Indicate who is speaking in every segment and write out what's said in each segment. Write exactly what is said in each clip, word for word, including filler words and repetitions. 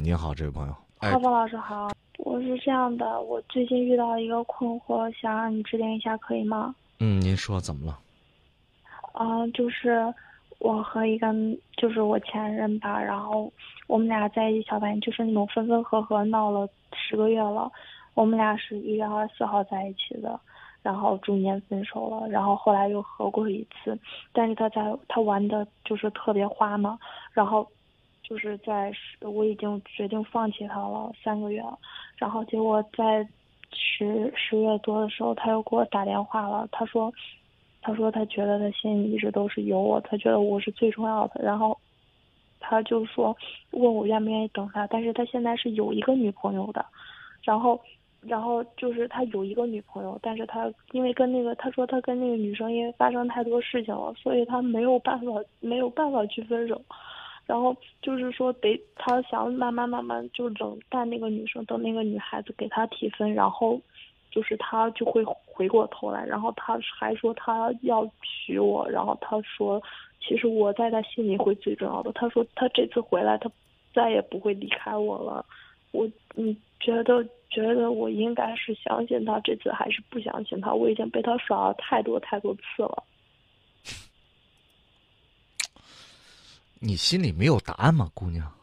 Speaker 1: 您好，这位朋友。哎，
Speaker 2: 浩峰老师好，我是这样的，我最近遇到一个困惑，想让你指点一下，可以吗？
Speaker 1: 嗯，您说怎么了？
Speaker 2: 啊、呃，就是我和一个就是我前任吧，然后我们俩在一起小半年，就是那种分分合合闹了十个月了。我们俩是一月二十四号在一起的，然后中间分手了，然后后来又合过一次，但是他在他玩的就是特别花嘛，然后。就是在我已经决定放弃他了三个月了，然后结果在十十月多的时候，他又给我打电话了。他说，他说他觉得他心里一直都是有我，他觉得我是最重要的。然后他就说问我愿不愿意等他，但是他现在是有一个女朋友的，然后然后就是他有一个女朋友，但是他因为跟那个他说他跟那个女生因为发生太多事情了，所以他没有办法没有办法去分手。然后就是说得他想慢慢慢慢就冷淡那个女生，等那个女孩子给他提分，然后就是他就会回过头来，然后他还说他要娶我，然后他说其实我在他心里会最重要的，他说他这次回来他再也不会离开我了。我你觉得觉得我应该是相信他这次还是不相信他？我已经被他耍了太多太多次了。
Speaker 1: 你心里没有答案吗，姑娘？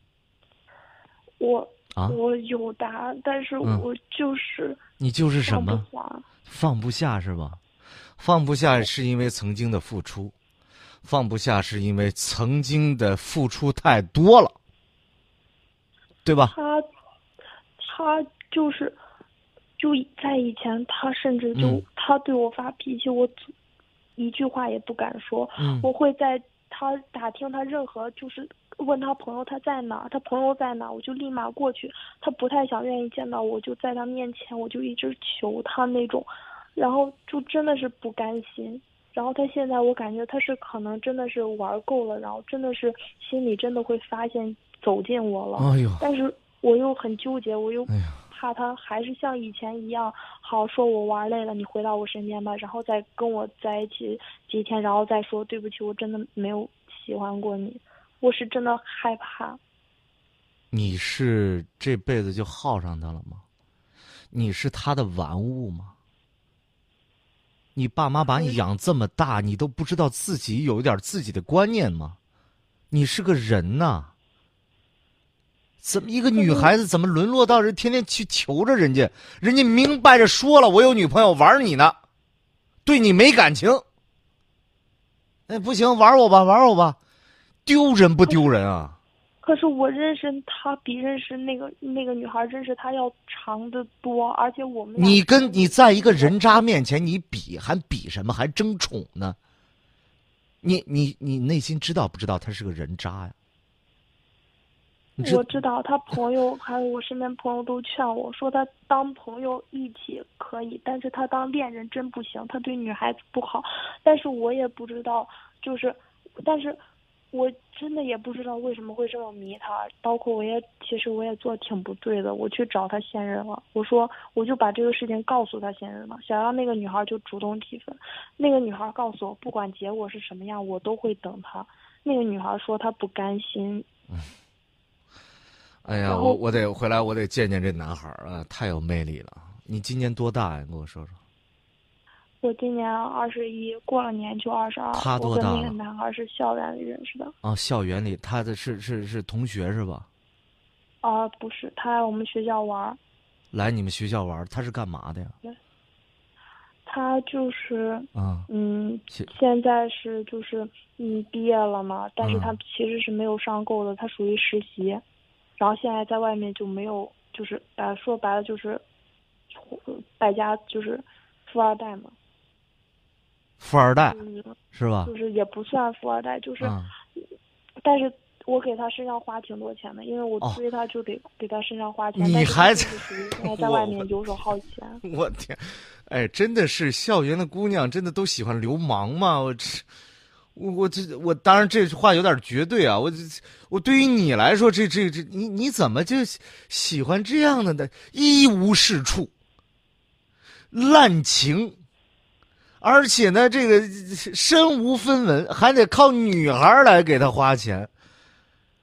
Speaker 2: 我
Speaker 1: 啊，
Speaker 2: 我有答案，但是我就是、
Speaker 1: 嗯、你就是什么？
Speaker 2: 放不下，
Speaker 1: 放不下是吧？放不下是因为曾经的付出，放不下是因为曾经的付出太多了，对吧？
Speaker 2: 他他就是就在以前，他甚至就、嗯、他对我发脾气，我一句话也不敢说。
Speaker 1: 嗯，
Speaker 2: 我会在他打听他任何就是问他朋友他在哪，他朋友在哪，我就立马过去。他不太想愿意见到我，就在他面前我就一直求他那种，然后就真的是不甘心。然后他现在我感觉他是可能真的是玩够了，然后真的是心里真的会发现走进我了。
Speaker 1: 哎呦，
Speaker 2: 但是我又很纠结，我又怕他还是像以前一样，好说我玩累了，你回到我身边吧，然后再跟我在一起几天，然后再说对不起，我真的没有喜欢过你，我是真的害怕。
Speaker 1: 你是这辈子就耗上他了吗？你是他的玩物吗？你爸妈把你养这么大，你都不知道自己有一点自己的观念吗？你是个人呐、啊，怎么一个女孩子怎么沦落到人天天去求着人家，人家明白着说了我有女朋友玩你呢，对你没感情。哎，不行，玩我吧，玩我吧，丢人不丢人啊？
Speaker 2: 可是我认识他比认识那个那个女孩认识他要长得多，而且我们
Speaker 1: 你跟你在一个人渣面前你比还比什么，还争宠呢？你你你内心知道不知道他是个人渣呀？
Speaker 2: 我知道他朋友还有我身边朋友都劝我说他当朋友一起可以，但是他当恋人真不行，他对女孩子不好。但是我也不知道，就是但是我真的也不知道为什么会这么迷他，包括我也其实我也做挺不对的，我去找他现任了，我说我就把这个事情告诉他现任了，想让那个女孩就主动提分。那个女孩告诉我不管结果是什么样我都会等他。那个女孩说她不甘心。
Speaker 1: 嗯，哎呀，我我得回来，我得见见这男孩啊，太有魅力了。你今年多大呀？跟我说说。
Speaker 2: 我今年二十一，过了年就二十二。
Speaker 1: 他多大了？
Speaker 2: 我跟那个男孩是校园里认识的。
Speaker 1: 哦，校园里，他的是是是同学是吧？
Speaker 2: 啊，不是，他来我们学校玩。
Speaker 1: 来你们学校玩，他是干嘛的呀？
Speaker 2: 对，他就是
Speaker 1: 啊，
Speaker 2: 嗯，现在是就是嗯毕业了嘛，但是他其实是没有上够的，他属于实习，然后现在在外面就没有，就是呃说白了就是败家，就是富二代嘛。
Speaker 1: 富二代、
Speaker 2: 嗯、
Speaker 1: 是吧？
Speaker 2: 就是也不算富二代，就是，
Speaker 1: 嗯、
Speaker 2: 但是我给他身上花挺多钱的，因为我追他就得给他身上花钱。
Speaker 1: 哦、你还在
Speaker 2: 还在外面游手好闲。
Speaker 1: 我天，哎，真的是校园的姑娘，真的都喜欢流氓吗？我这，我我这我当然这话有点绝对啊。我我对于你来说，这这这你你怎么就喜欢这样的呢？一无是处，滥情。而且呢，这个身无分文，还得靠女孩来给他花钱。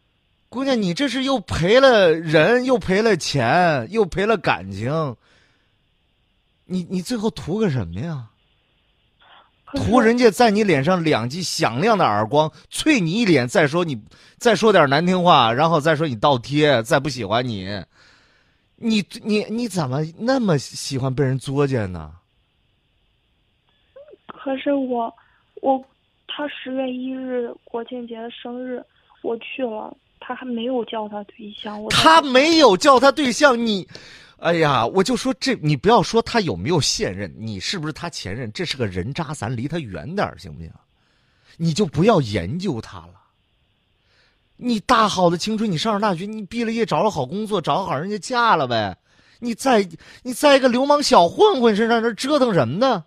Speaker 1: 姑娘，你这是又赔了人，又赔了钱，又赔了感情。你你最后图个什么呀？图人家在你脸上两记响亮的耳光，啐你一脸，再说你，再说点难听话，然后再说你倒贴，再不喜欢你，你你你怎么那么喜欢被人作践呢？
Speaker 2: 可是我我他十月一日国庆节的生日我去了，他还没有叫他对象。我
Speaker 1: 他没有叫他对象，你。哎呀，我就说这，你不要说他有没有现任，你是不是他前任，这是个人渣，咱离他远点行不行？你就不要研究他了。你大好的青春，你上了大学，你毕了业，找了好工作，找好人家嫁了呗。你在你在一个流氓小混混身上这折腾什么呢？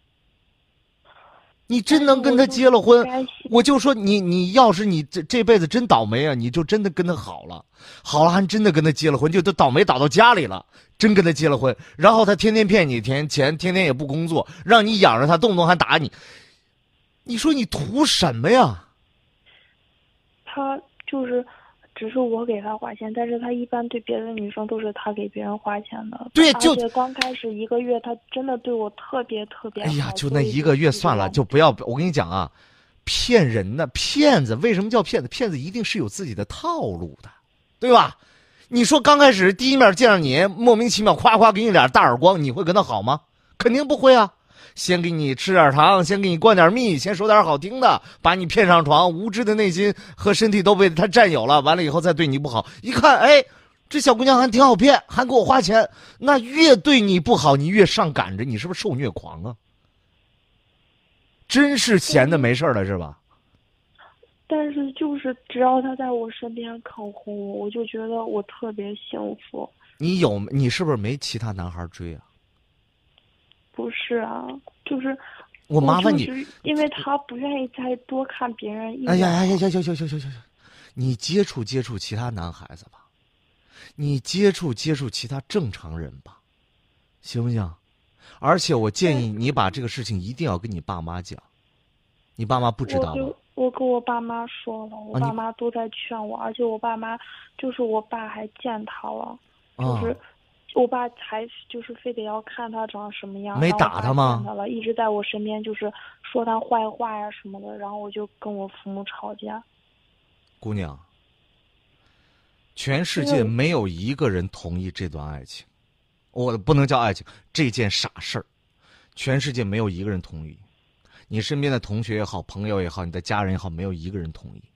Speaker 1: 你真能跟他结了婚，我就说你你要是你这这辈子真倒霉啊，你就真的跟他好了，好了还真的跟他结了婚，就都倒霉倒到家里了，真跟他结了婚，然后他天天骗你钱钱，天天也不工作，让你养着他，动不动还打你，你说你图什么呀？
Speaker 2: 他就是只是我给他花钱，但是他一般对别的女生都是他给别人花钱的。
Speaker 1: 对，就
Speaker 2: 而且刚开始一个月，他真的对我特别特别好。
Speaker 1: 哎呀，就那一个月算了，就不要。我跟你讲啊，骗人呢，骗子为什么叫骗子？骗子一定是有自己的套路的，对吧？你说刚开始第一面见到你，莫名其妙夸夸给你俩大耳光，你会跟他好吗？肯定不会啊。先给你吃点糖，先给你灌点蜜，先说点好听的，把你骗上床，无知的内心和身体都被他占有了，完了以后再对你不好，一看哎，这小姑娘还挺好骗，还给我花钱，那越对你不好你越上赶着，你是不是受虐狂啊？真是闲的没事了是吧？
Speaker 2: 但是就是只要他在我身边肯哄我，我就觉得我特别幸福。
Speaker 1: 你有你是不是没其他男孩追啊？
Speaker 2: 不是啊，就是
Speaker 1: 我麻烦你，
Speaker 2: 因为他不愿意再多看别人一眼。
Speaker 1: 哎呀呀呀呀呀呀呀呀呀！你接触接触其他男孩子吧，你接触接触其他正常人吧，行不行？而且我建议你把这个事情一定要跟你爸妈讲，你爸妈不知道吗？
Speaker 2: 我跟我爸妈说了，我爸妈都在劝我，而且我爸妈就是我爸还见他了，就是。我爸还就是非得要看他长什么样，
Speaker 1: 没打他吗？
Speaker 2: 他了，一直在我身边就是说他坏话呀什么的，然后我就跟我父母吵架。
Speaker 1: 姑娘，全世界没有一个人同意这段爱情，我不能叫爱情，这件傻事儿，全世界没有一个人同意。你身边的同学也好，朋友也好，你的家人也好，没有一个人同意。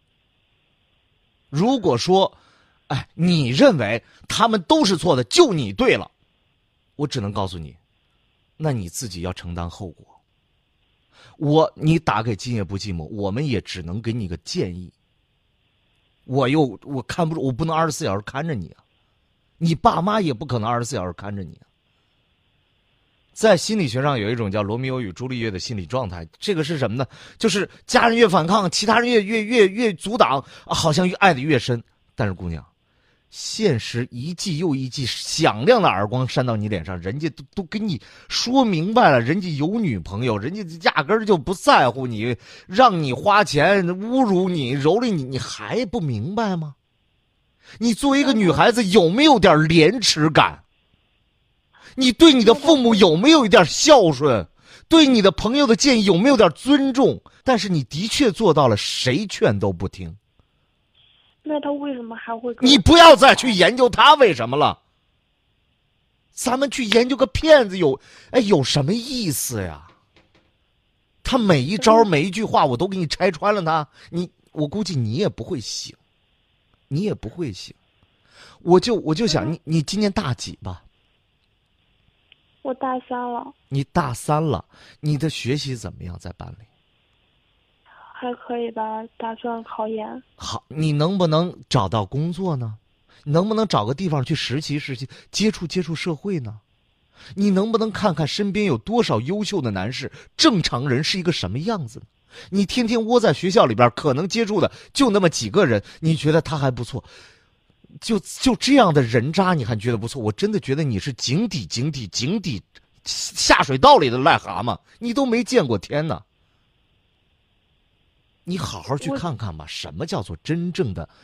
Speaker 1: 如果说哎，你认为他们都是错的，就你对了，我只能告诉你，那你自己要承担后果。我你打给今夜不寂寞，我们也只能给你个建议。我又我看不住，我不能二十四小时看着你啊，你爸妈也不可能二十四小时看着你啊。在心理学上有一种叫罗密欧与朱丽叶的心理状态，这个是什么呢？就是家人越反抗，其他人越越越越阻挡，啊，好像越爱得越深。但是姑娘，现实一记又一记响亮的耳光扇到你脸上，人家都都跟你说明白了，人家有女朋友，人家压根儿就不在乎你，让你花钱侮辱你蹂躏你，你还不明白吗？你作为一个女孩子有没有点廉耻感？你对你的父母有没有一点孝顺？对你的朋友的建议有没有点尊重？但是你的确做到了，谁劝都不听。
Speaker 2: 那他为什么还会？
Speaker 1: 你不要再去研究他为什么了。咱们去研究个骗子有，哎，有什么意思呀？他每一招每一句话我都给你拆穿了他，你我估计你也不会醒，你也不会醒。我就我就想你，你今年大几吧？
Speaker 2: 我大三了。
Speaker 1: 你大三了，你的学习怎么样？在班里？
Speaker 2: 还可以吧，打算考研。
Speaker 1: 好，你能不能找到工作呢？能不能找个地方去实习实习，接触接触社会呢？你能不能看看身边有多少优秀的男士，正常人是一个什么样子呢？你天天窝在学校里边，可能接触的就那么几个人，你觉得他还不错，就就这样的人渣你还觉得不错？我真的觉得你是井底井底井底下水道里的癞蛤蟆，你都没见过天呢。你好好去看看吧，什么叫做真正的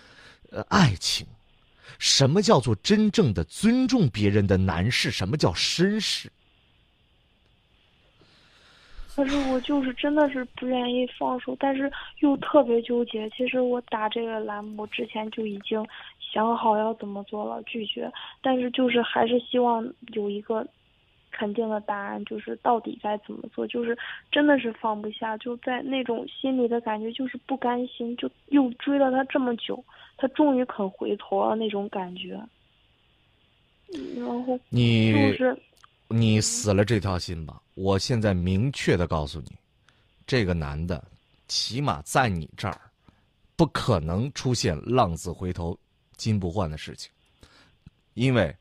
Speaker 1: 呃爱情？什么叫做真正的尊重别人的男士？什么叫绅士？
Speaker 2: 可是我就是真的是不愿意放手，但是又特别纠结。其实我打这个栏目之前就已经想好要怎么做了，拒绝，但是就是还是希望有一个肯定的答案，就是到底该怎么做，就是真的是放不下，就在那种心里的感觉就是不甘心，就又追了他这么久，他终于肯回头了那种感觉。然后
Speaker 1: 你
Speaker 2: 就是
Speaker 1: 你死了这条心吧！我现在明确的告诉你，这个男的，起码在你这儿，不可能出现浪子回头金不换的事情，因为，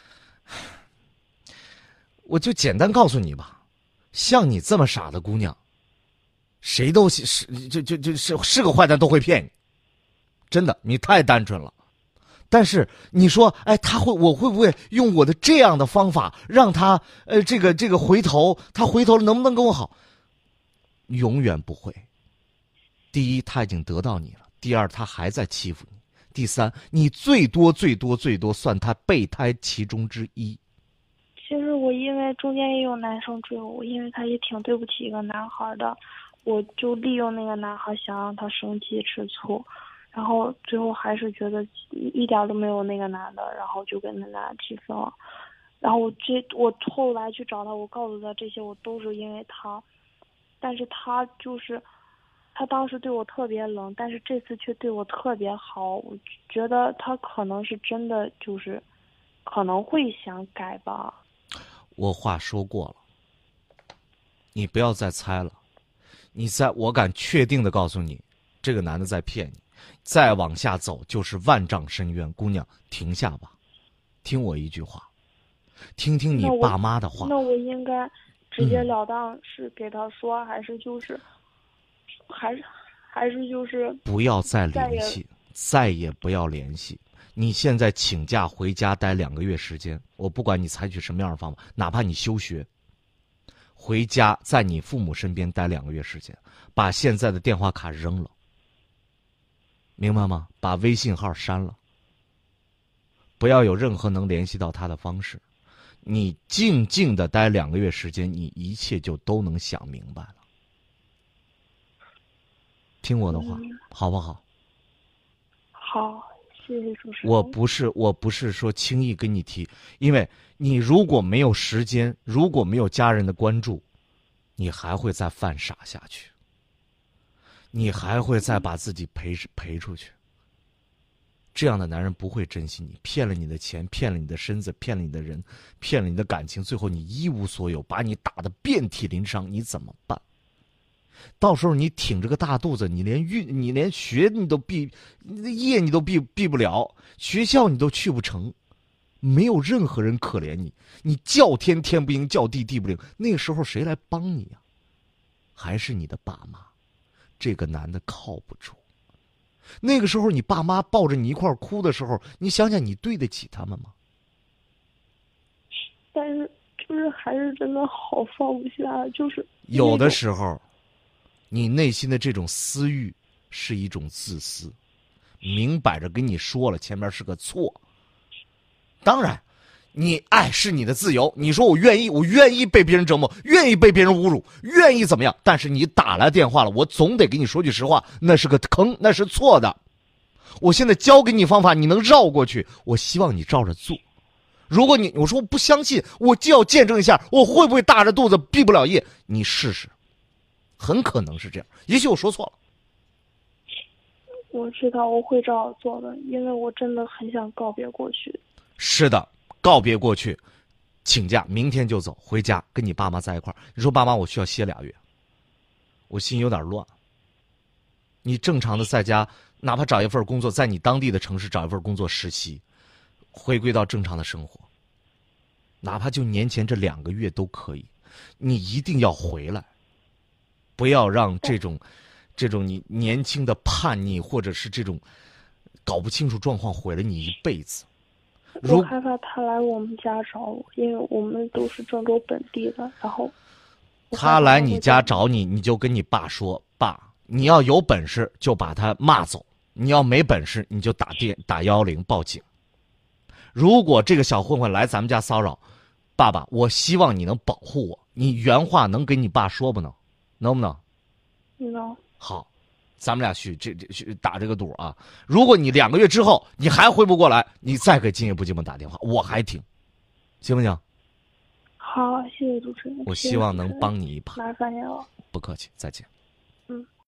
Speaker 1: 我就简单告诉你吧，像你这么傻的姑娘，谁都是就就就是是个坏蛋都会骗你，真的，你太单纯了。但是你说，哎，他会，我会不会用我的这样的方法让他，呃，这个这个回头，他回头了能不能跟我好？永远不会。第一，他已经得到你了；第二，他还在欺负你；第三，你最多最多最多算他备胎其中之一。
Speaker 2: 其实我因为中间也有男生追我，因为他也挺对不起一个男孩的，我就利用那个男孩想让他生气吃醋。然后最后还是觉得一点都没有那个男的，然后就跟那男的提分了。然后我这我后来去找他，我告诉他这些我都是因为他，但是他就是他当时对我特别冷，但是这次却对我特别好。我觉得他可能是真的就是可能会想改吧。
Speaker 1: 我话说过了，你不要再猜了。你在我敢确定的告诉你，这个男的在骗你。再往下走就是万丈深渊，姑娘，停下吧，听我一句话，听听你爸妈的话。
Speaker 2: 那我, 那我应该直截了当是给他说，嗯、还是就是，还是还是就是
Speaker 1: 不要再联系，再也不要联系。你现在请假回家待两个月时间，我不管你采取什么样的方法，哪怕你休学，回家在你父母身边待两个月时间，把现在的电话卡扔了。明白吗？把微信号删了，不要有任何能联系到他的方式。你静静的待两个月时间，你一切就都能想明白了。听我的话，嗯、好不好？
Speaker 2: 好，谢谢主持人。
Speaker 1: 我不是，我不是说轻易跟你提，因为你如果没有时间，如果没有家人的关注，你还会再犯傻下去。你还会再把自己赔赔出去。这样的男人不会珍惜你，骗了你的钱，骗了你的身子，骗了你的人，骗了你的感情，最后你一无所有，把你打得遍体鳞伤，你怎么办？到时候你挺着个大肚子，你连运，你连学你都毕，业你都毕毕不了，学校你都去不成，没有任何人可怜你，你叫天天不应，叫地地不灵，那个时候谁来帮你呀？还是你的爸妈。这个男的靠不住，那个时候你爸妈抱着你一块哭的时候，你想想你对得起他们吗？
Speaker 2: 但是就是还是真的好放不下，就是
Speaker 1: 有的时候你内心的这种私欲是一种自私，明摆着跟你说了前面是个错。当然你爱是你的自由，你说我愿意，我愿意被别人折磨，愿意被别人侮辱，愿意怎么样？但是你打来电话了，我总得给你说句实话，那是个坑，那是错的。我现在教给你方法，你能绕过去，我希望你照着做。如果你我说我不相信，我就要见证一下，我会不会大着肚子毕不了业？你试试，很可能是这样，也许我说错了。
Speaker 2: 我知道我会这样做的，因为我真的很想告别过去。
Speaker 1: 是的。告别过去，请假，明天就走，回家跟你爸妈在一块儿。你说爸妈，我需要歇俩月，我心有点乱。你正常的在家，哪怕找一份工作，在你当地的城市找一份工作实习，回归到正常的生活，哪怕就年前这两个月都可以。你一定要回来，不要让这种，这种你年轻的叛逆或者是这种搞不清楚状况毁了你一辈子。
Speaker 2: 我害怕他来我们家找我，因为我们都是郑州本地的。然后
Speaker 1: 他来你家找你，你就跟你爸说：“爸，你要有本事就把他骂走， 你要没本事，你就打电打幺幺零报警。如果这个小混混来咱们家骚扰，爸爸，我希望你能保护我。你原话能给你爸说不能？能不能？
Speaker 2: 能。
Speaker 1: 好，咱们俩去这这去打这个赌啊！如果你两个月之后你还回不过来，你再给今夜不寂寞打电话，我还挺，行不行？
Speaker 2: 好，谢谢主持人。
Speaker 1: 我希望能帮你一把。
Speaker 2: 麻烦您了。
Speaker 1: 不客气，再见。
Speaker 2: 嗯。